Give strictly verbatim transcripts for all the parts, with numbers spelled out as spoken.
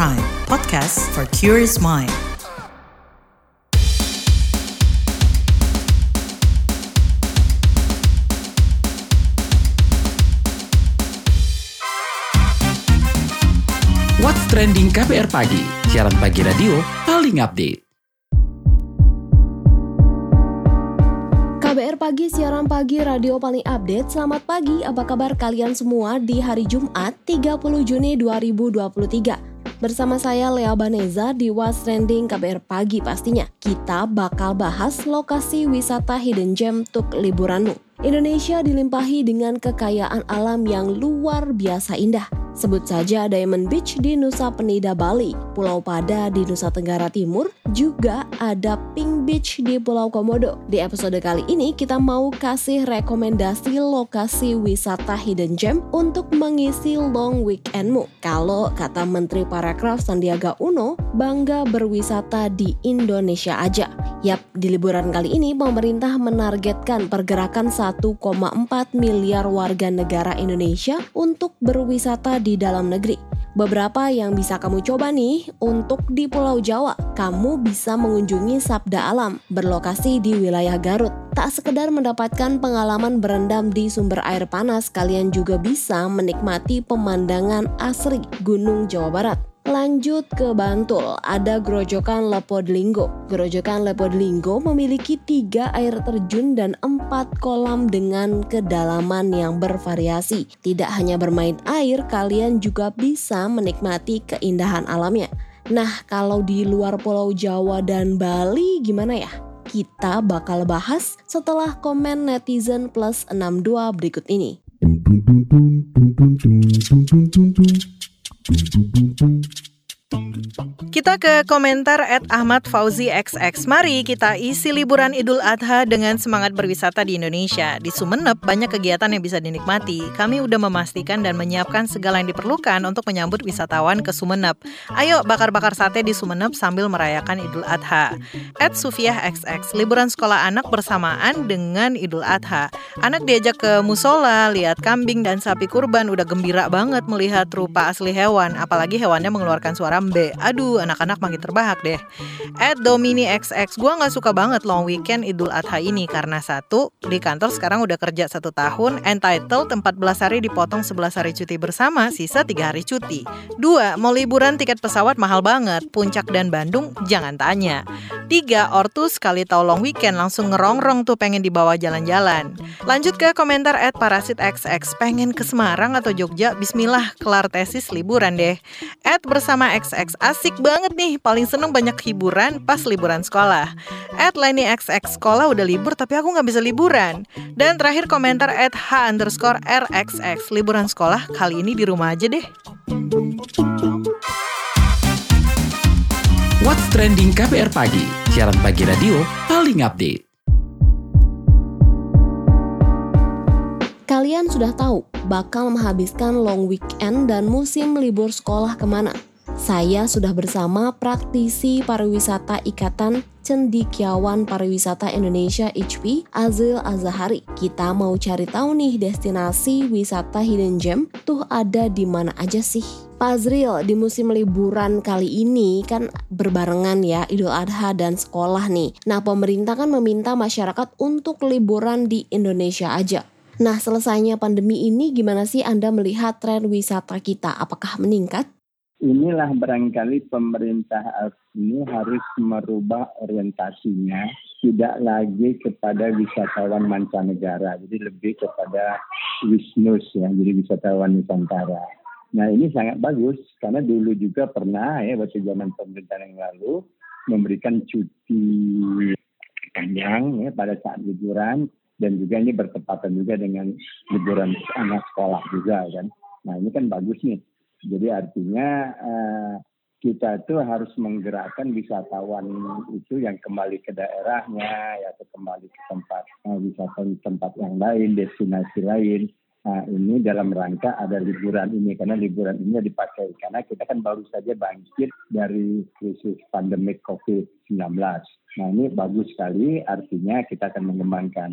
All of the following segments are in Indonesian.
Prime, podcast for curious mind. What's Trending K B R Pagi, siaran pagi radio paling update. K B R Pagi, siaran pagi radio paling update. Selamat pagi, apa kabar kalian semua di hari Jumat tiga puluh Juni dua ribu dua puluh tiga. Bersama saya Lea Baneza di What's Trending K B R Pagi pastinya. Kita bakal bahas lokasi wisata hidden gem untuk liburanmu. Indonesia dilimpahi dengan kekayaan alam yang luar biasa indah. Sebut saja Diamond Beach di Nusa Penida, Bali, Pulau Pada di Nusa Tenggara Timur, juga ada Pink Beach di Pulau Komodo. Di episode kali ini kita mau kasih rekomendasi lokasi wisata hidden gem untuk mengisi long weekendmu. Kalau kata Menteri Parekraf Sandiaga Uno, bangga berwisata di Indonesia aja. Yap, di liburan kali ini pemerintah menargetkan pergerakan satu koma empat miliar warga negara Indonesia untuk berwisata di dalam negeri. Beberapa yang bisa kamu coba nih. Untuk di Pulau Jawa, kamu bisa mengunjungi Sabda Alam berlokasi di wilayah Garut. Tak sekedar mendapatkan pengalaman berendam di sumber air panas, kalian juga bisa menikmati pemandangan asri Gunung Jawa Barat. Lanjut ke Bantul, ada Grojogan Lepodlinggo. Grojogan Lepodlinggo memiliki tiga air terjun dan empat kolam dengan kedalaman yang bervariasi. Tidak hanya bermain air, kalian juga bisa menikmati keindahan alamnya. Nah, kalau di luar Pulau Jawa dan Bali gimana ya? Kita bakal bahas setelah komen netizen plus enam dua berikut ini. Kita ke komentar at Ahmad Fauzi X X. Mari kita isi liburan Idul Adha dengan semangat berwisata di Indonesia. Di Sumeneb banyak kegiatan yang bisa dinikmati. Kami udah memastikan dan menyiapkan segala yang diperlukan untuk menyambut wisatawan ke Sumeneb. Ayo bakar-bakar sate di Sumeneb sambil merayakan Idul Adha. At Sufiah X X. Liburan sekolah anak bersamaan dengan Idul Adha. Anak diajak ke musola, lihat kambing dan sapi kurban. Udah gembira banget melihat rupa asli hewan. Apalagi hewannya mengeluarkan suara mbe. Aduh, anak-anak makin terbahak deh. At Domini X X, gue gak suka banget long weekend Idul Adha ini. Karena satu, di kantor sekarang udah kerja satu tahun, entitled empat belas hari dipotong sebelas hari cuti bersama, sisa tiga hari cuti. Dua, mau liburan tiket pesawat mahal banget, Puncak dan Bandung jangan tanya. Tiga, ortu sekali tahu long weekend langsung ngerongrong tuh pengen dibawa jalan-jalan. Lanjut ke komentar at Parasit X X, pengen ke Semarang atau Jogja, bismillah kelar tesis liburan deh. At Bersama X X, asik banget nih, paling seneng banyak hiburan pas liburan sekolah. At Leni X X, sekolah udah libur tapi aku gak bisa liburan. Dan terakhir komentar at H underscore R X X, liburan sekolah kali ini di rumah aja deh. What's Trending K B R Pagi, siaran pagi radio paling update. Kalian sudah tahu bakal menghabiskan long weekend dan musim libur sekolah kemana? Saya sudah bersama praktisi pariwisata Ikatan Cendekiawan Pariwisata Indonesia I C P I, Azril Azahari. Kita mau cari tahu nih destinasi wisata hidden gem tuh ada di mana aja sih? Pak Azril, di musim liburan kali ini kan berbarengan ya Idul Adha dan sekolah nih. Nah, pemerintah kan meminta masyarakat untuk liburan di Indonesia aja. Nah, selesainya pandemi ini gimana sih Anda melihat tren wisata kita? Apakah meningkat? Inilah barangkali pemerintah ini harus merubah orientasinya, tidak lagi kepada wisatawan mancanegara, jadi lebih kepada wisnus ya, jadi wisatawan Nusantara. Nah, ini sangat bagus karena dulu juga pernah ya waktu zaman pemerintahan yang lalu memberikan cuti panjang ya pada saat liburan, dan juga ini bertepatan juga dengan liburan anak sekolah juga kan. Nah, ini kan bagus nih. Jadi artinya uh, kita tuh harus menggerakkan wisatawan itu yang kembali ke daerahnya, ya atau kembali ke tempat uh, wisata di tempat yang lain, destinasi lain. Nah, ini dalam rangka ada liburan ini, karena liburan ini dipakai karena kita kan baru saja bangkit dari krisis pandemik covid sembilan belas. Nah, ini bagus sekali, artinya kita akan mengembangkan.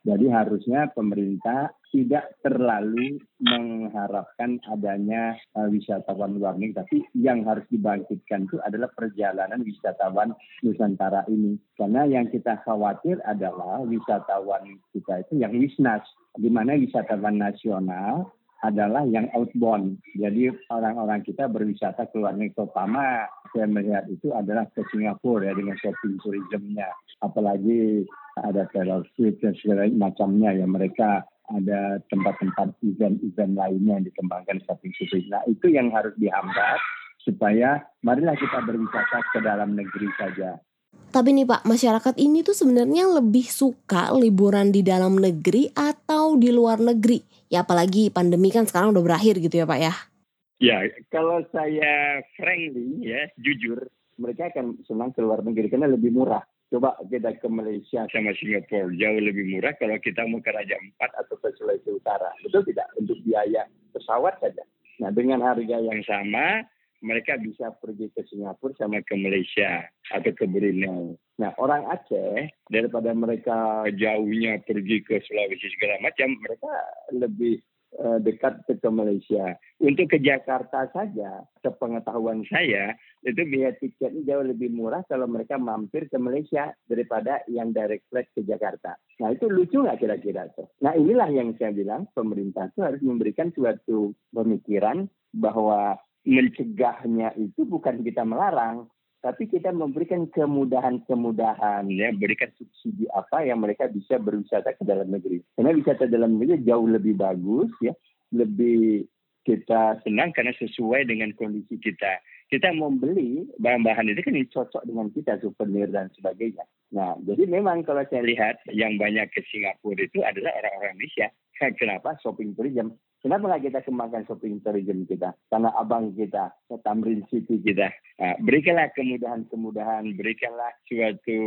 Jadi harusnya pemerintah tidak terlalu mengharapkan adanya uh, wisatawan luar negeri, tapi yang harus dibangkitkan itu adalah perjalanan wisatawan Nusantara ini. Karena yang kita khawatir adalah wisatawan kita itu yang wisnas, di mana wisatawan nasional adalah yang outbound. Jadi orang-orang kita berwisata ke luar negeri. Terutama saya melihat itu adalah ke Singapura ya, dengan shopping tourismnya. Apalagi ada Taylor Swift dan segala macamnya ya, mereka ada tempat-tempat event-event lainnya yang dikembangkan shopping tourism. Nah itu yang harus dihambat supaya marilah kita berwisata ke dalam negeri saja. Tapi nih Pak, masyarakat ini tuh sebenarnya lebih suka liburan di dalam negeri atau di luar negeri? Ya apalagi pandemi kan sekarang udah berakhir gitu ya Pak ya? Ya, kalau saya frankly ya, jujur, mereka akan senang ke luar negeri karena lebih murah. Coba kita ke Malaysia sama Singapura, jauh lebih murah kalau kita mau ke Raja Ampat atau ke Sulawesi Utara. Betul tidak? Untuk biaya pesawat saja. Nah, dengan harga yang sama, mereka bisa pergi ke Singapura sama ke Malaysia atau ke Brunei. Nah, orang Aceh, daripada mereka jauhnya pergi ke Sulawesi segala macam, mereka lebih uh, dekat ke, ke Malaysia. Untuk ke Jakarta saja, sepengetahuan saya, itu biaya tiketnya jauh lebih murah kalau mereka mampir ke Malaysia daripada yang direct flight ke Jakarta. Nah, itu lucu nggak kira-kira tuh? Nah, inilah yang saya bilang, pemerintah itu harus memberikan suatu pemikiran bahwa mencegahnya itu bukan kita melarang, tapi kita memberikan kemudahan-kemudahan, ya, berikan subsidi apa yang mereka bisa berwisata ke dalam negeri. Karena wisata dalam negeri jauh lebih bagus, ya, lebih kita senang karena sesuai dengan kondisi kita. Kita mau beli bahan-bahan itu kan cocok dengan kita, souvenir dan sebagainya. Nah, jadi memang kalau saya lihat yang banyak ke Singapura itu adalah orang-orang Indonesia. Kenapa? Shopping tourism. Kenapa nggak kita kembangkan shopping tourism kita? Tanah Abang kita, Tamrin City kita. Nah, berikanlah kemudahan-kemudahan, berikanlah suatu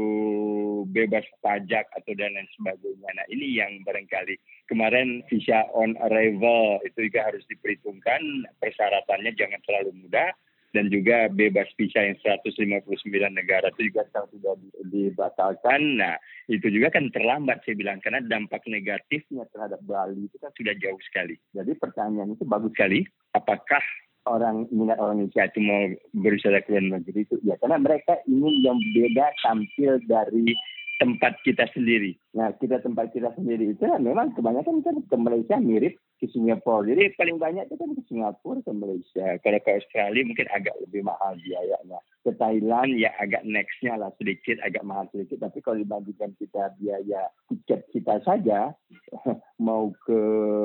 bebas pajak atau dan lain sebagainya. Nah, ini yang barangkali kemarin visa on arrival itu juga harus diperhitungkan, persyaratannya jangan terlalu mudah. Dan juga bebas visa yang seratus lima puluh sembilan negara itu juga sudah dibatalkan. Nah, itu juga kan terlambat saya bilang. Karena dampak negatifnya terhadap Bali itu kan sudah jauh sekali. Jadi pertanyaan itu bagus sekali. Apakah orang minat orang Indonesia itu mau berwisata ke luar negeri itu? Ya, karena mereka ingin yang beda tampil dari tempat kita sendiri. Nah, kita tempat kita sendiri itu memang kebanyakan kan ke Malaysia mirip ke Singapura. Jadi paling banyak itu kan ke Singapura, ke Malaysia. Kalau ke Australia mungkin agak lebih mahal biayanya. Ke Thailand ya agak next-nya lah sedikit, agak mahal sedikit. Tapi kalau dibandingkan kita biaya tiket kita saja, mau ke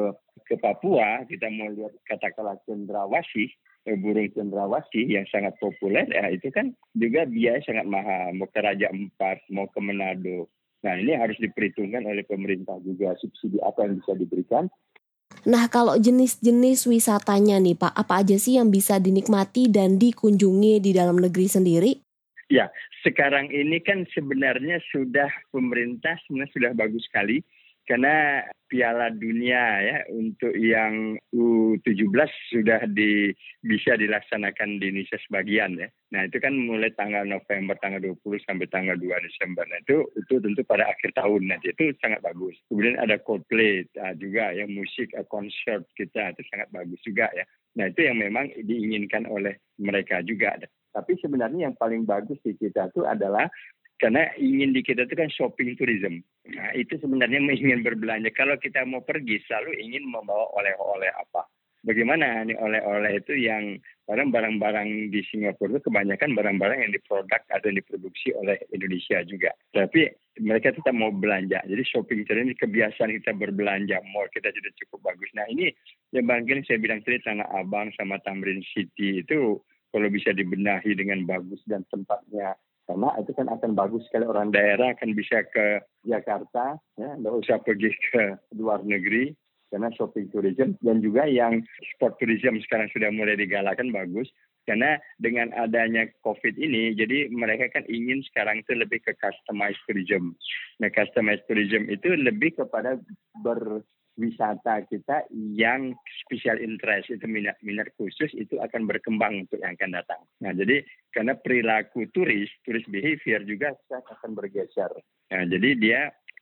ke Papua, kita mau lihat katakanlah cendrawasih, burung cendrawasih yang sangat populer, ya itu kan juga biaya sangat mahal. Mau ke Raja Ampat, mau ke Manado. Nah, ini harus diperhitungkan oleh pemerintah juga, subsidi apa yang bisa diberikan. Nah, kalau jenis-jenis wisatanya nih Pak, apa aja sih yang bisa dinikmati dan dikunjungi di dalam negeri sendiri? Ya, sekarang ini kan sebenarnya sudah pemerintah sebenarnya sudah bagus sekali. Karena Piala Dunia ya untuk yang U tujuh belas sudah di, bisa dilaksanakan di Indonesia sebagian ya. Nah itu kan mulai tanggal November tanggal dua puluh sampai tanggal dua Desember. Nah itu itu tentu pada akhir tahun nanti itu sangat bagus. Kemudian ada Coldplay uh, juga ya, musik uh, konser kita itu sangat bagus juga ya. Nah itu yang memang diinginkan oleh mereka juga. Tapi sebenarnya yang paling bagus di kita itu adalah karena ingin di kita itu kan shopping tourism. Nah, itu sebenarnya ingin berbelanja. Kalau kita mau pergi, selalu ingin membawa oleh-oleh apa. Bagaimana nih oleh-oleh itu yang barang-barang di Singapura itu kebanyakan barang-barang yang diproduk atau diproduksi oleh Indonesia juga. Tapi mereka tetap mau belanja. Jadi shopping tourism ini kebiasaan kita berbelanja. Mall kita sudah cukup bagus. Nah ini yang barangkali saya bilang tadi Tanah Abang sama Tamrin City itu kalau bisa dibenahi dengan bagus dan tempatnya. Karena itu kan akan bagus sekali, orang daerah akan bisa ke Jakarta, ya, nggak usah pergi ke luar negeri, karena shopping tourism. Dan juga yang sport tourism sekarang sudah mulai digalakan bagus, karena dengan adanya COVID ini, jadi mereka kan ingin sekarang itu lebih ke customized tourism. Nah, customized tourism itu lebih kepada ber wisata kita yang special interest, itu minat minat khusus itu akan berkembang untuk yang akan datang. Nah, jadi karena perilaku turis, turis behavior juga akan bergeser. Nah, jadi dia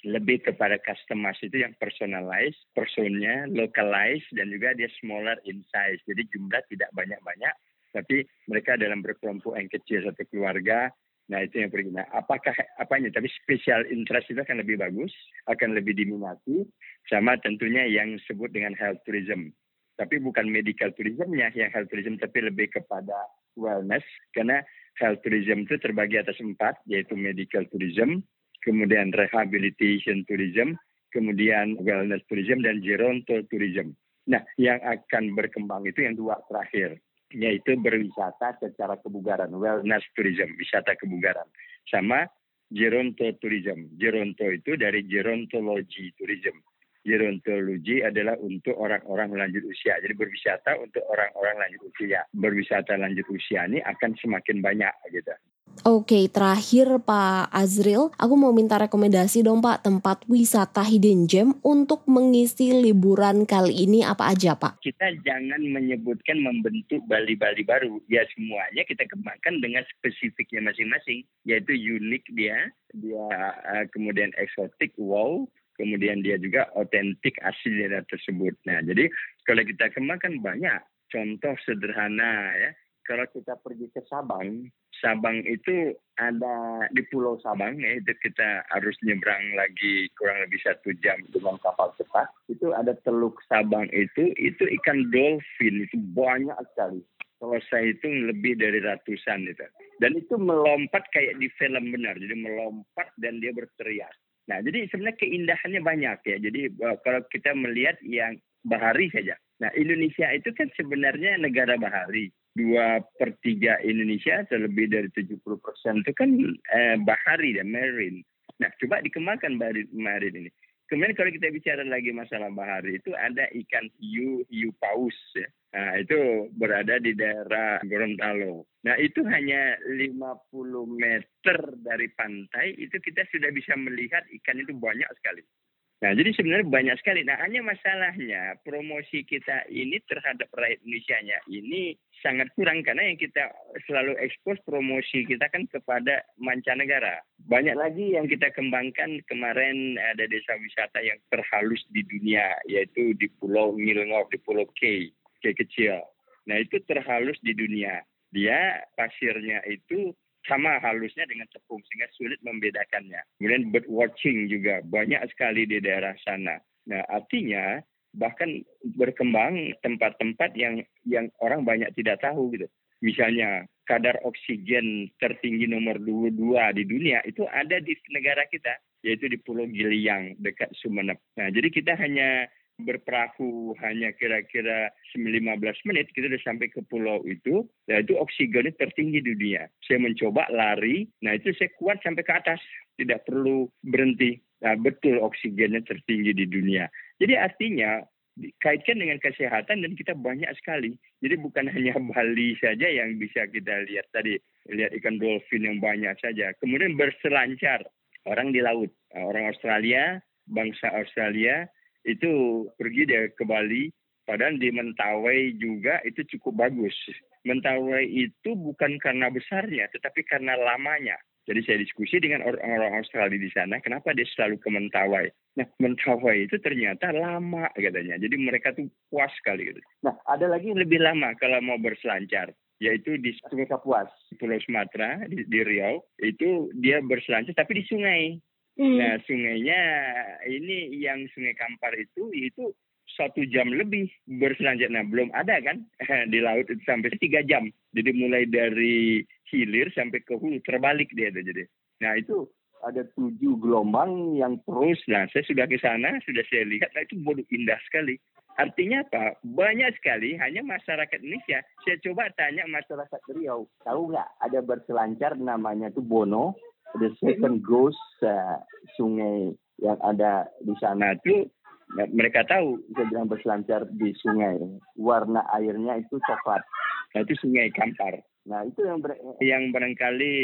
lebih kepada customized, itu yang personalized, personnya localized, dan juga dia smaller in size. Jadi jumlah tidak banyak-banyak, tapi mereka dalam berkelompok yang kecil satu keluarga. Nah itu yang pergi. Nah, apakah apanya? Tapi special interest itu akan lebih bagus, akan lebih diminati, sama tentunya yang disebut dengan health tourism. Tapi bukan medical tourism-nya yang health tourism, tapi lebih kepada wellness. Karena health tourism itu terbagi atas empat, yaitu medical tourism, kemudian rehabilitation tourism, kemudian wellness tourism, dan geronto tourism. Nah, yang akan berkembang itu yang dua terakhir, yaitu berwisata secara kebugaran, wellness tourism, wisata kebugaran. Sama geronto tourism. Geronto itu dari gerontology tourism. Gerontologi adalah untuk orang-orang lanjut usia. Jadi berwisata untuk orang-orang lanjut usia. Berwisata lanjut usia ini akan semakin banyak gitu. Oke, terakhir Pak Azril, aku mau minta rekomendasi dong Pak, tempat wisata hidden gem untuk mengisi liburan kali ini apa aja Pak? Kita jangan menyebutkan membentuk Bali-Bali baru. Ya semuanya kita kembangkan dengan spesifiknya masing-masing. Yaitu unik dia, dia uh, kemudian eksotik, wow. Kemudian dia juga otentik asli daerah tersebut. Nah, jadi kalau kita kembangkan banyak contoh sederhana ya. Kalau kita pergi ke Sabang, Sabang itu ada di Pulau Sabang ya, itu kita harus nyebrang lagi kurang lebih satu jam dengan kapal cepat. Itu ada Teluk Sabang itu, itu ikan dolphin itu banyak sekali. Kalau saya hitung lebih dari ratusan itu. Dan itu melompat kayak di film benar, jadi melompat dan dia berteriak. Nah, jadi sebenarnya keindahannya banyak ya. Jadi uh, kalau kita melihat yang bahari saja. Nah, Indonesia itu kan sebenarnya negara bahari. Dua per tiga Indonesia atau lebih dari tujuh puluh persen itu kan eh, bahari dan marine. Nah, coba dikembangkan marine ini. Kemudian kalau kita bicara lagi masalah bahari, itu ada ikan hiu, hiu paus. Ya. Nah, itu berada di daerah Gorontalo. Nah, itu hanya lima puluh meter dari pantai, itu kita sudah bisa melihat ikan itu banyak sekali. Nah, jadi sebenarnya banyak sekali. Nah, hanya masalahnya promosi kita ini terhadap rakyat Indonesia-nya ini sangat kurang karena yang kita selalu ekspos promosi kita kan kepada mancanegara. Banyak lagi yang kita kembangkan kemarin ada desa wisata yang terhalus di dunia yaitu di Pulau Milngor, di Pulau K, K kecil. Nah, itu terhalus di dunia. Dia pasirnya itu sama halusnya dengan tepung sehingga sulit membedakannya. Kemudian bird watching juga banyak sekali di daerah sana. Nah, artinya bahkan berkembang tempat-tempat yang yang orang banyak tidak tahu gitu. Misalnya kadar oksigen tertinggi nomor dua puluh dua di dunia itu ada di negara kita, yaitu di Pulau Giliang dekat Sumeneb. Nah, jadi kita hanya berperahu hanya kira-kira lima belas menit, kita sudah sampai ke pulau itu, dan itu oksigennya tertinggi di dunia. Saya mencoba lari, nah itu saya kuat sampai ke atas, tidak perlu berhenti. Nah, betul oksigennya tertinggi di dunia. Jadi artinya, dikaitkan dengan kesehatan dan kita banyak sekali. Jadi bukan hanya Bali saja yang bisa kita lihat tadi, lihat ikan dolphin yang banyak saja. Kemudian berselancar, orang di laut, orang Australia, bangsa Australia, itu pergi dia ke Bali, padahal di Mentawai juga itu cukup bagus. Mentawai itu bukan karena besarnya, tetapi karena lamanya. Jadi saya diskusi dengan orang-orang Australia di sana, kenapa dia selalu ke Mentawai. Nah, Mentawai itu ternyata lama katanya, jadi mereka tuh puas sekali. Gitu. Nah, ada lagi yang lebih lama kalau mau berselancar, yaitu di Sungai Kapuas, Pulau Sumatera, di, di Riau, itu dia berselancar tapi di sungai. Hmm. Nah, sungainya ini yang Sungai Kampar itu itu satu jam lebih berselancar. Nah, belum ada kan di laut itu sampai tiga jam. Jadi mulai dari hilir sampai ke hulu terbalik dia itu jadi. Nah, itu ada tujuh gelombang yang terus. Nah, saya sudah ke sana, sudah saya lihat. Nah, itu bodoh indah sekali. Artinya apa? Banyak sekali hanya masyarakat Indonesia. Saya coba tanya masyarakat Riau, tahu nggak ada berselancar namanya itu Bono? The second ghost uh, sungai yang ada di sana itu mereka tahu saya bilang berselancar di sungai, warna airnya itu coklat. Nah, itu Sungai Kampar. Nah, itu yang ber, yang barangkali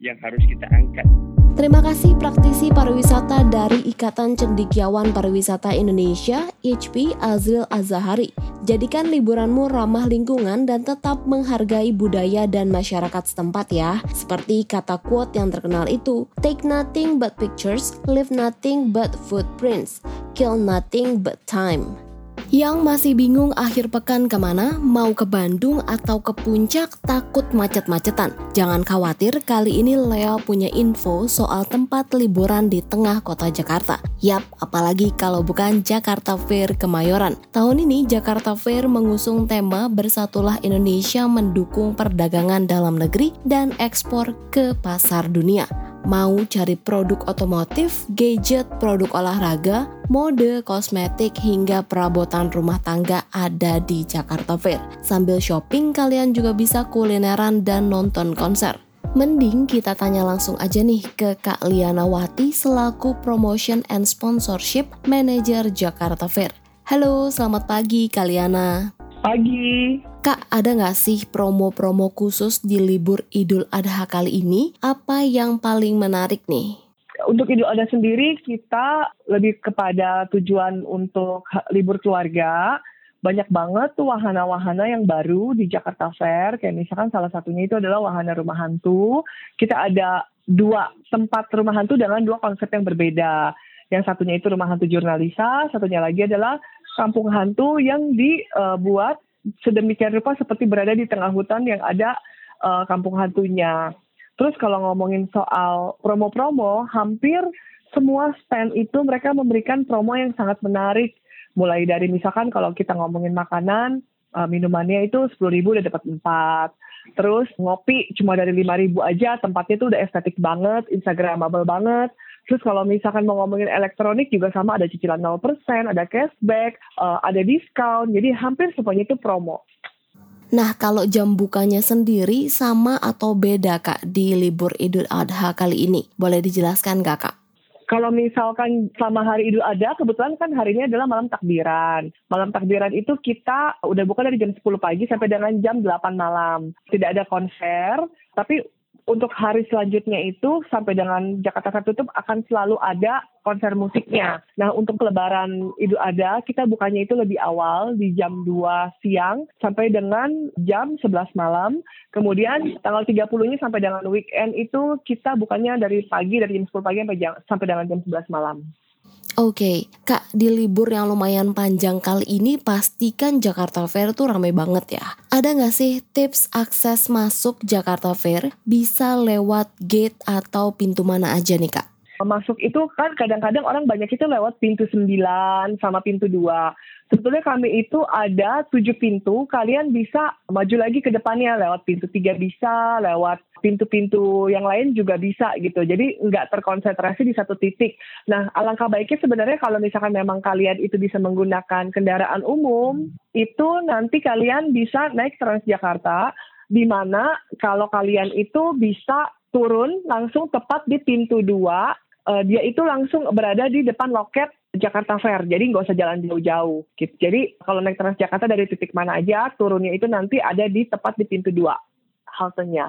yang harus kita angkat. Terima kasih praktisi pariwisata dari Ikatan Cendekiawan Pariwisata Indonesia, I H P, Azril Azahari. Jadikan liburanmu ramah lingkungan dan tetap menghargai budaya dan masyarakat setempat ya. Seperti kata quote yang terkenal itu, take nothing but pictures, leave nothing but footprints, kill nothing but time. Yang masih bingung akhir pekan kemana, mau ke Bandung atau ke Puncak, takut macet-macetan? Jangan khawatir, kali ini Lea punya info soal tempat liburan di tengah kota Jakarta. Yap, apalagi kalau bukan Jakarta Fair Kemayoran. Tahun ini Jakarta Fair mengusung tema Bersatulah Indonesia mendukung perdagangan dalam negeri dan ekspor ke pasar dunia. Mau cari produk otomotif, gadget, produk olahraga, mode, kosmetik, hingga perabotan rumah tangga ada di Jakarta Fair. Sambil shopping, kalian juga bisa kulineran dan nonton konser. Mending kita tanya langsung aja nih ke Kak Liana Wati selaku Promotion and Sponsorship Manager Jakarta Fair. Halo, selamat pagi Kak Liana. Pagi. Kak, ada nggak sih promo-promo khusus di libur Idul Adha kali ini? Apa yang paling menarik nih? Untuk Idul Adha sendiri kita lebih kepada tujuan untuk libur keluarga. Banyak banget tuh wahana-wahana yang baru di Jakarta Fair. Kayak misalkan salah satunya itu adalah wahana rumah hantu. Kita ada dua tempat rumah hantu dengan dua konsep yang berbeda. Yang satunya itu rumah hantu Jurnalisa, satunya lagi adalah kampung hantu yang dibuat sedemikian rupa seperti berada di tengah hutan yang ada uh, kampung hantunya. Terus kalau ngomongin soal promo-promo, hampir semua stand itu mereka memberikan promo yang sangat menarik. Mulai dari misalkan kalau kita ngomongin makanan, uh, minumannya itu sepuluh ribu udah dapat empat. Terus ngopi cuma dari lima ribu aja, tempatnya itu udah estetik banget, instagramable banget. Terus kalau misalkan mau ngomongin elektronik juga sama, ada cicilan nol persen, ada cashback, uh, ada diskon. Jadi hampir semuanya itu promo. Nah, kalau jam bukanya sendiri sama atau beda Kak di libur Idul Adha kali ini? Boleh dijelaskan nggak Kak? Kalau misalkan selama hari Idul Adha, kebetulan kan hari ini adalah malam takbiran. Malam takbiran itu kita udah buka dari jam sepuluh pagi sampai dengan jam delapan malam. Tidak ada konser, tapi untuk hari selanjutnya itu sampai dengan Jakarta Fair tutup akan selalu ada konser musiknya. Nah, untuk lebaran Idul Adha kita bukanya itu lebih awal di jam dua siang sampai dengan jam sebelas malam. Kemudian tanggal tiga puluhnya sampai dengan weekend itu kita bukanya dari pagi, dari jam sepuluh pagi sampai, jam, sampai dengan jam sebelas malam. Oke, Kak, di libur yang lumayan panjang kali ini pastikan Jakarta Fair tuh ramai banget ya. Ada nggak sih tips akses masuk Jakarta Fair? Bisa lewat gate atau pintu mana aja nih Kak? Masuk itu kan kadang-kadang orang banyak itu lewat pintu sembilan sama pintu dua. Sebetulnya kami itu ada tujuh pintu, kalian bisa maju lagi ke depannya lewat pintu tiga bisa, lewat pintu-pintu yang lain juga bisa gitu. Jadi nggak terkonsentrasi di satu titik. Nah, alangkah baiknya sebenarnya kalau misalkan memang kalian itu bisa menggunakan kendaraan umum, itu nanti kalian bisa naik Transjakarta, di mana kalau kalian itu bisa turun langsung tepat di pintu dua, uh, dia itu langsung berada di depan loket Jakarta Fair, jadi nggak usah jalan jauh-jauh. Gitu. Jadi kalau naik Transjakarta dari titik mana aja, turunnya itu nanti ada di tepat di pintu dua haltenya.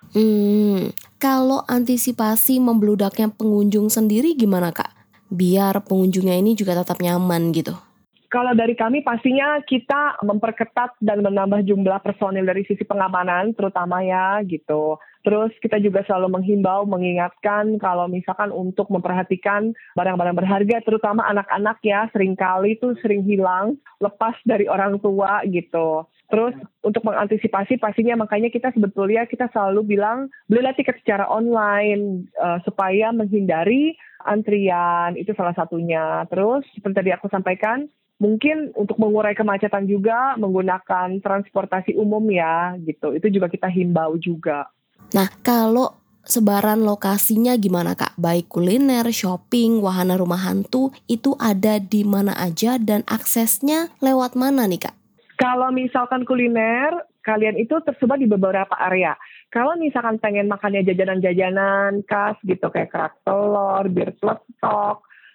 Hmm, kalau antisipasi membludaknya pengunjung sendiri gimana Kak? Biar pengunjungnya ini juga tetap nyaman gitu. Kalau dari kami pastinya kita memperketat dan menambah jumlah personil dari sisi pengamanan terutama ya gitu. Terus kita juga selalu menghimbau, mengingatkan kalau misalkan untuk memperhatikan barang-barang berharga terutama anak-anak ya seringkali tuh sering hilang lepas dari orang tua gitu. Terus untuk mengantisipasi pastinya makanya kita sebetulnya kita selalu bilang belilah tiket secara online uh, supaya menghindari antrian, itu salah satunya. Terus seperti tadi aku sampaikan, mungkin untuk mengurai kemacetan juga menggunakan transportasi umum ya gitu. Itu juga kita himbau juga. Nah, kalau sebaran lokasinya gimana Kak? Baik kuliner, shopping, wahana rumah hantu, itu ada di mana aja dan aksesnya lewat mana nih Kak? Kalau misalkan kuliner, kalian itu tersebar di beberapa area. Kalau misalkan pengen makannya jajanan-jajanan khas gitu kayak kerak telur, bir peletok,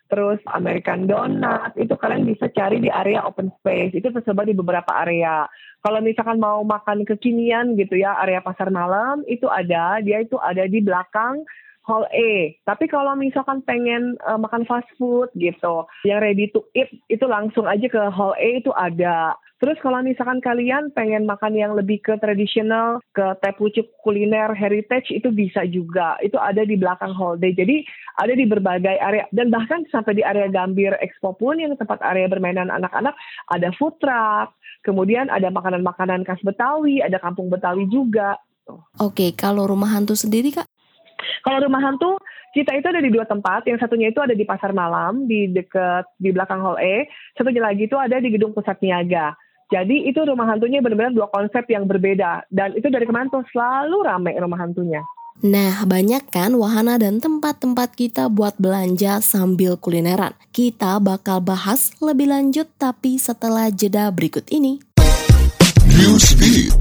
terus American Donut, itu kalian bisa cari di area open space. Itu tersebar di beberapa area. Kalau misalkan mau makan kekinian gitu ya, area pasar malam, itu ada. Dia itu ada di belakang Hall A. Tapi kalau misalkan pengen uh, makan fast food gitu, yang ready to eat, itu langsung aja ke Hall A itu ada. Terus kalau misalkan kalian pengen makan yang lebih ke tradisional, ke teh pucuk kuliner heritage, itu bisa juga. Itu ada di belakang Hall D. Jadi ada di berbagai area. Dan bahkan sampai di area Gambir Expo pun, yang tempat area bermainan anak-anak, ada food truck. Kemudian ada makanan-makanan khas Betawi, ada kampung Betawi juga. Oke, kalau rumah hantu sendiri Kak? Kalau rumah hantu, kita itu ada di dua tempat. Yang satunya itu ada di Pasar Malam, di dekat di belakang Hall E. Satunya lagi itu ada di Gedung Pusat Niaga. Jadi itu rumah hantunya benar-benar dua konsep yang berbeda. Dan itu dari kemarin tuh selalu ramai rumah hantunya. Nah, banyak kan wahana dan tempat-tempat kita buat belanja sambil kulineran. Kita bakal bahas lebih lanjut tapi setelah jeda berikut ini. Newsbeat.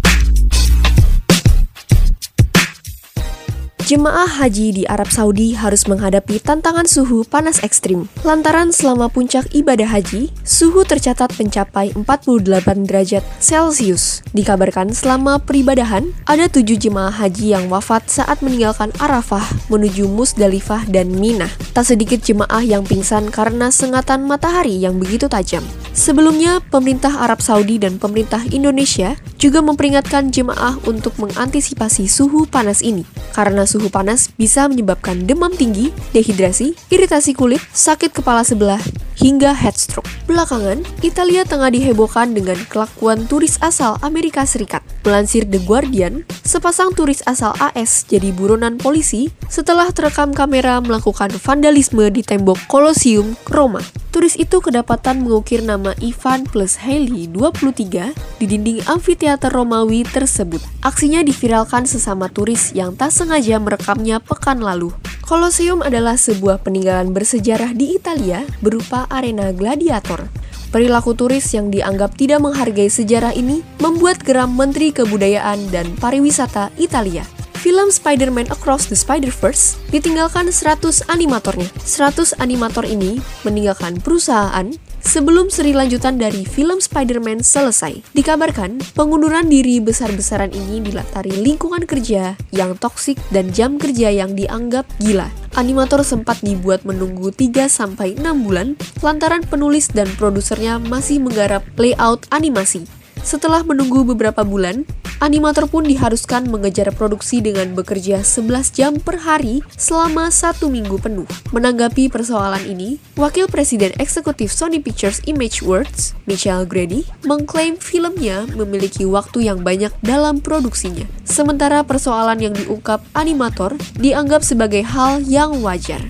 Jemaah haji di Arab Saudi harus menghadapi tantangan suhu panas ekstrim. Lantaran selama puncak ibadah haji, suhu tercatat mencapai empat puluh delapan derajat Celcius. Dikabarkan selama peribadahan, ada tujuh jemaah haji yang wafat saat meninggalkan Arafah menuju Musdalifah dan Mina. Tak sedikit jemaah yang pingsan karena sengatan matahari yang begitu tajam. Sebelumnya, pemerintah Arab Saudi dan pemerintah Indonesia juga memperingatkan jemaah untuk mengantisipasi suhu panas ini. Karena suhu panas bisa menyebabkan demam tinggi, dehidrasi, iritasi kulit, sakit kepala sebelah, hingga heat stroke. Belakangan, Italia tengah dihebohkan dengan kelakuan turis asal Amerika Serikat. Melansir The Guardian, sepasang turis asal A S jadi buronan polisi setelah terekam kamera melakukan vandalisme di tembok Colosseum, Roma. Turis itu kedapatan mengukir nama Ivan plus Hailey, dua puluh tiga, di dinding amfiteater Romawi tersebut. Aksinya diviralkan sesama turis yang tak sengaja merekamnya pekan lalu. Colosseum adalah sebuah peninggalan bersejarah di Italia berupa arena gladiator. Perilaku turis yang dianggap tidak menghargai sejarah ini membuat geram Menteri Kebudayaan dan Pariwisata Italia. Film Spider-Man Across the Spider-Verse ditinggalkan seratus animatornya. seratus animator ini meninggalkan perusahaan sebelum seri lanjutan dari film Spider-Man selesai. Dikabarkan, pengunduran diri besar-besaran ini dilatari lingkungan kerja yang toksik dan jam kerja yang dianggap gila. Animator sempat dibuat menunggu tiga sampai enam bulan lantaran penulis dan produsernya masih menggarap layout animasi. Setelah menunggu beberapa bulan, animator pun diharuskan mengejar produksi dengan bekerja sebelas jam per hari selama satu minggu penuh. Menanggapi persoalan ini, Wakil Presiden Eksekutif Sony Pictures Imageworks, Michael Grady, mengklaim filmnya memiliki waktu yang banyak dalam produksinya. Sementara persoalan yang diungkap animator dianggap sebagai hal yang wajar.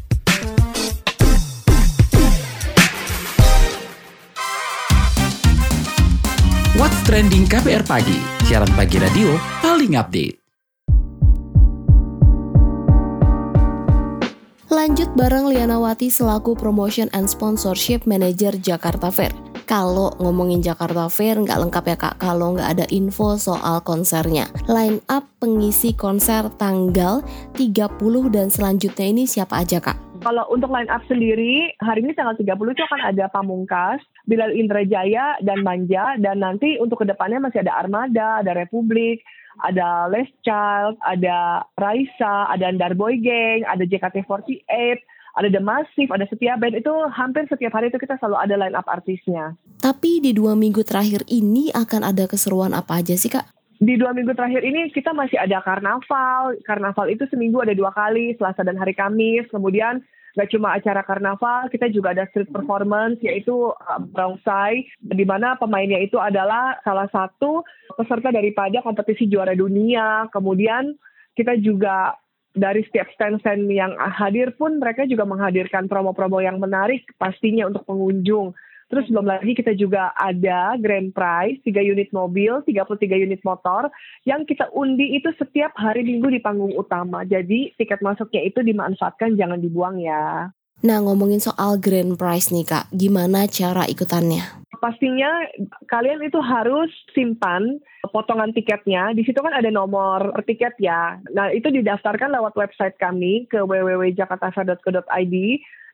What's Trending K P R Pagi, siaran pagi radio paling update. Lanjut bareng Lianawati selaku Promotion and Sponsorship Manager Jakarta Fair. Kalau ngomongin Jakarta Fair nggak lengkap ya Kak kalau nggak ada info soal konsernya. Line up pengisi konser tanggal tiga puluh dan selanjutnya ini siapa aja Kak? Kalau untuk line up sendiri, hari ini tanggal tiga puluh itu akan ada Pamungkas, Bilal Indrajaya, dan Manja. Dan nanti untuk kedepannya masih ada Armada, ada Republik, ada Les Child, ada Raisa, ada Andar Boy Gang, ada J K T empat delapan, ada The Massive, ada Setia Band. Itu hampir setiap hari itu kita selalu ada line up artisnya. Tapi di dua minggu terakhir ini akan ada keseruan apa aja sih Kak? Di dua minggu terakhir ini kita masih ada karnaval. Karnaval itu seminggu ada dua kali, Selasa dan hari Kamis. Kemudian gak cuma acara karnaval, kita juga ada street performance, yaitu uh, barongsai, di mana pemainnya itu adalah salah satu peserta daripada kompetisi juara dunia. Kemudian kita juga dari setiap stand-stand yang hadir pun mereka juga menghadirkan promo-promo yang menarik pastinya untuk pengunjung. Terus belum lagi kita juga ada grand prize, tiga unit mobil, tiga puluh tiga unit motor, yang kita undi itu setiap hari Minggu di panggung utama. Jadi tiket masuknya itu dimanfaatkan, jangan dibuang ya. Nah ngomongin soal grand prize nih Kak, gimana cara ikutannya? Pastinya kalian itu harus simpan potongan tiketnya. Di situ kan ada nomor per tiket ya. Nah itu didaftarkan lewat website kami ke w w w dot jakarta fair dot co dot i d.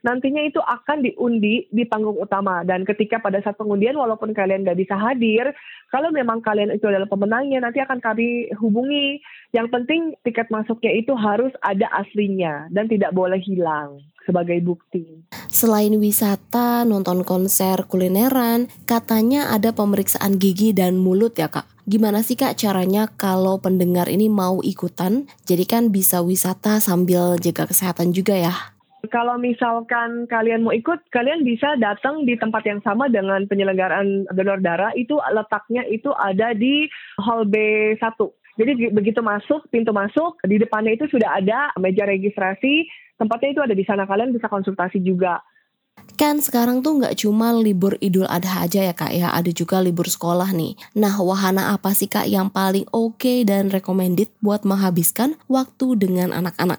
nantinya itu akan diundi di panggung utama. Dan ketika pada saat pengundian, walaupun kalian nggak bisa hadir, kalau memang kalian itu adalah pemenangnya, nanti akan kami hubungi. Yang penting tiket masuknya itu harus ada aslinya dan tidak boleh hilang sebagai bukti. Selain wisata, nonton konser, kulineran, katanya ada pemeriksaan gigi dan mulut ya Kak. Gimana sih Kak caranya kalau pendengar ini mau ikutan? Jadi kan bisa wisata sambil jaga kesehatan juga ya. Kalau misalkan kalian mau ikut, kalian bisa datang di tempat yang sama dengan penyelenggaraan donor darah. Itu letaknya itu ada di Hall B satu. Jadi begitu masuk, pintu masuk, di depannya itu sudah ada meja registrasi. Tempatnya itu ada di sana, kalian bisa konsultasi juga. Kan sekarang tuh nggak cuma libur Idul Adha aja ya Kak ya, ada juga libur sekolah nih. Nah, wahana apa sih Kak yang paling oke okay dan recommended buat menghabiskan waktu dengan anak-anak?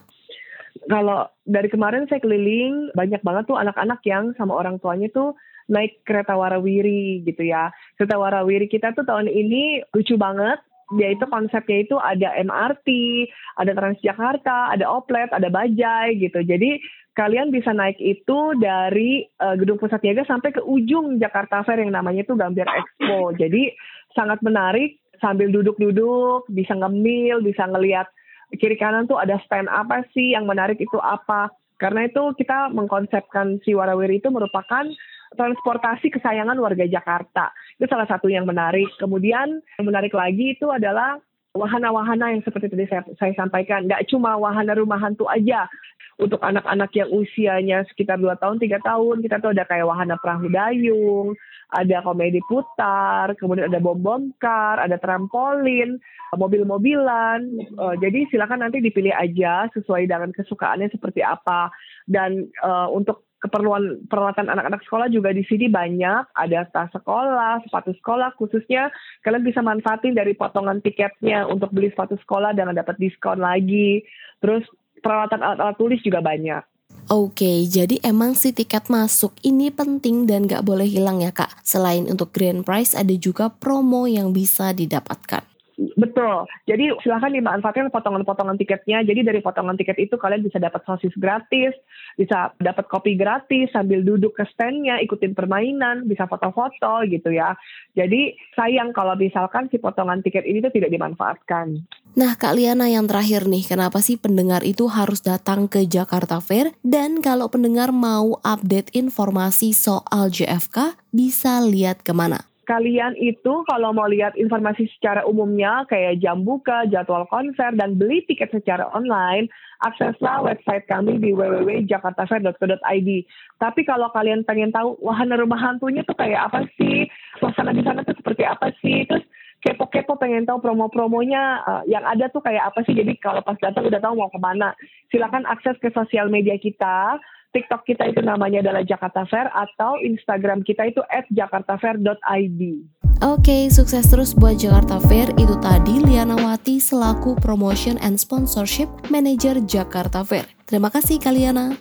Kalau dari kemarin saya keliling, banyak banget tuh anak-anak yang sama orang tuanya tuh naik kereta warawiri gitu ya. Kereta warawiri kita tuh tahun ini lucu banget. Dia itu konsepnya itu ada M R T, ada Transjakarta, ada Oplet, ada Bajai gitu. Jadi kalian bisa naik itu dari uh, Gedung Pusat Niaga sampai ke ujung Jakarta Fair yang namanya itu Gambir Expo. Jadi sangat menarik, sambil duduk-duduk, bisa ngemil, bisa ngelihat kiri kanan tuh ada stand apa sih, yang menarik itu apa. Karena itu kita mengkonsepkan si warawiri itu merupakan transportasi kesayangan warga Jakarta. Itu salah satu yang menarik. Kemudian yang menarik lagi itu adalah wahana-wahana yang seperti tadi saya, saya sampaikan. Nggak cuma wahana rumah hantu aja. Untuk anak-anak yang usianya sekitar dua tahun, tiga tahun, kita tuh ada kayak wahana perahu dayung, ada komedi putar, kemudian ada bom-bom kar, ada trampolin, mobil-mobilan. Uh, jadi silakan nanti dipilih aja sesuai dengan kesukaannya seperti apa. Dan uh, untuk keperluan peralatan anak-anak sekolah juga di sini banyak, ada tas sekolah, sepatu sekolah, khususnya kalian bisa manfaatin dari potongan tiketnya untuk beli sepatu sekolah dan dapat diskon lagi. Terus peralatan alat-alat tulis juga banyak. Oke, jadi emang si tiket masuk ini penting dan gak boleh hilang ya Kak. Selain untuk grand prize, ada juga promo yang bisa didapatkan. Betul. Jadi silakan dimanfaatkan potongan-potongan tiketnya. Jadi dari potongan tiket itu kalian bisa dapat sosis gratis, bisa dapat kopi gratis sambil duduk ke standnya, ikutin permainan, bisa foto-foto gitu ya. Jadi sayang kalau misalkan si potongan tiket ini tuh tidak dimanfaatkan. Nah Kak Liana, yang terakhir nih, kenapa sih pendengar itu harus datang ke Jakarta Fair? Dan kalau pendengar mau update informasi soal J F K, bisa lihat kemana? Kalian itu kalau mau lihat informasi secara umumnya kayak jam buka, jadwal konser, dan beli tiket secara online, akseslah website kami di w w w titik jakarta fair titik co titik i d. Tapi kalau kalian pengen tahu wahana rumah hantunya tuh kayak apa sih, suasana di sana tuh seperti apa sih, terus kepo-kepo pengen tahu promo-promonya uh, yang ada tuh kayak apa sih, jadi kalau pas datang udah tahu mau kemana, silakan akses ke sosial media kita. TikTok kita itu namanya adalah Jakarta Fair, atau Instagram kita itu at jakarta fair dot i d. Oke, sukses terus buat Jakarta Fair. Itu tadi Liana Wati selaku Promotion and Sponsorship Manager Jakarta Fair. Terima kasih Kak Liana.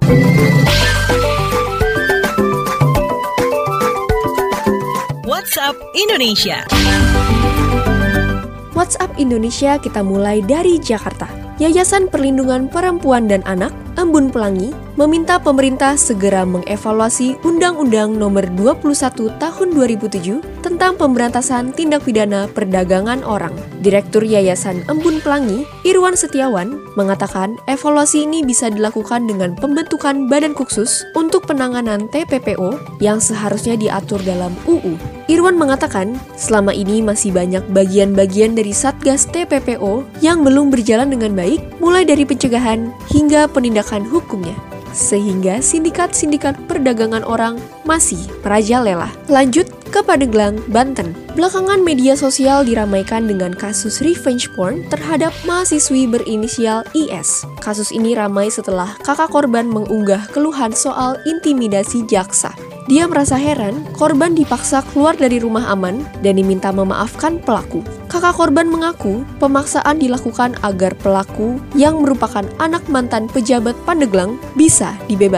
WhatsApp Indonesia. WhatsApp Indonesia kita mulai dari Jakarta. Yayasan Perlindungan Perempuan dan Anak, Embun Pelangi, meminta pemerintah segera mengevaluasi Undang-Undang Nomor dua puluh satu Tahun dua ribu tujuh tentang pemberantasan tindak pidana perdagangan orang. Direktur Yayasan Embun Pelangi, Irwan Setiawan, mengatakan evaluasi ini bisa dilakukan dengan pembentukan badan khusus untuk penanganan T P P O yang seharusnya diatur dalam U U. Irwan mengatakan, selama ini masih banyak bagian-bagian dari Satgas T P P O yang belum berjalan dengan baik, mulai dari pencegahan hingga penindakan hukumnya. Sehingga sindikat-sindikat perdagangan orang masih merajalela. Lanjut ke Pandeglang, Banten. Belakangan media sosial diramaikan dengan kasus revenge porn terhadap mahasiswi berinisial I S. Kasus ini ramai setelah kakak korban mengunggah keluhan soal intimidasi jaksa. Dia merasa heran, korban dipaksa keluar dari rumah aman dan diminta memaafkan pelaku. Kakak korban mengaku pemaksaan dilakukan agar pelaku yang merupakan anak mantan pejabat Pandeglang bisa dibebaskan.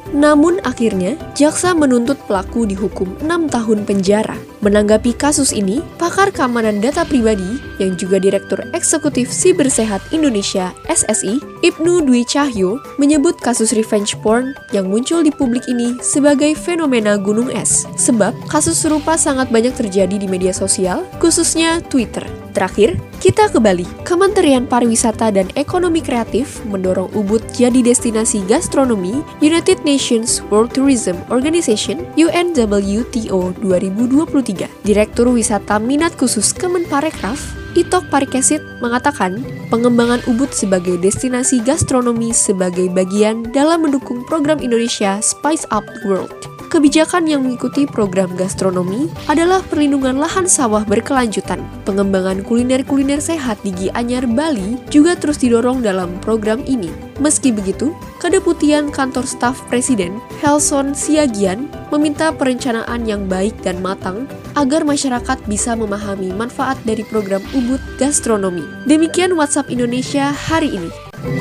Namun akhirnya, jaksa menuntut pelaku dihukum enam tahun penjara. Menanggapi kasus ini, pakar keamanan data pribadi yang juga Direktur Eksekutif Sibersehat Indonesia S S I, Ibnu Dwi Cahyo, menyebut kasus revenge porn yang muncul di publik ini sebagai fenomena gunung es. Sebab kasus serupa sangat banyak terjadi di media sosial, khususnya Twitter. Terakhir, kita ke Bali. Kementerian Pariwisata dan Ekonomi Kreatif mendorong Ubud jadi destinasi gastronomi United Nations World Tourism Organization U N W T O dua ribu dua puluh tiga. Direktur Wisata Minat Khusus Kemenparekraf, Itok Parikesit, mengatakan pengembangan Ubud sebagai destinasi gastronomi sebagai bagian dalam mendukung program Indonesia Spice Up World. Kebijakan yang mengikuti program gastronomi adalah perlindungan lahan sawah berkelanjutan. Pengembangan kuliner-kuliner sehat di Gianyar, Bali juga terus didorong dalam program ini. Meski begitu, Kedeputian Kantor Staf Presiden, Helson Siagian, meminta perencanaan yang baik dan matang agar masyarakat bisa memahami manfaat dari program Ubud Gastronomi. Demikian WhatsApp Indonesia hari ini.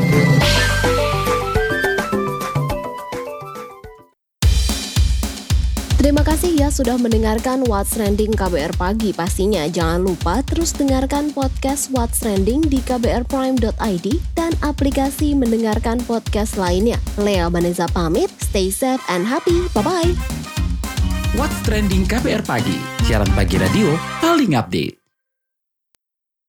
Terima kasih ya sudah mendengarkan What's Trending K B R Pagi. Pastinya jangan lupa terus dengarkan podcast What's Trending di k b r prime dot i d dan aplikasi mendengarkan podcast lainnya. Lea Vanessa pamit, stay safe and happy. Bye-bye. What's Trending K B R Pagi, siaran pagi radio paling update.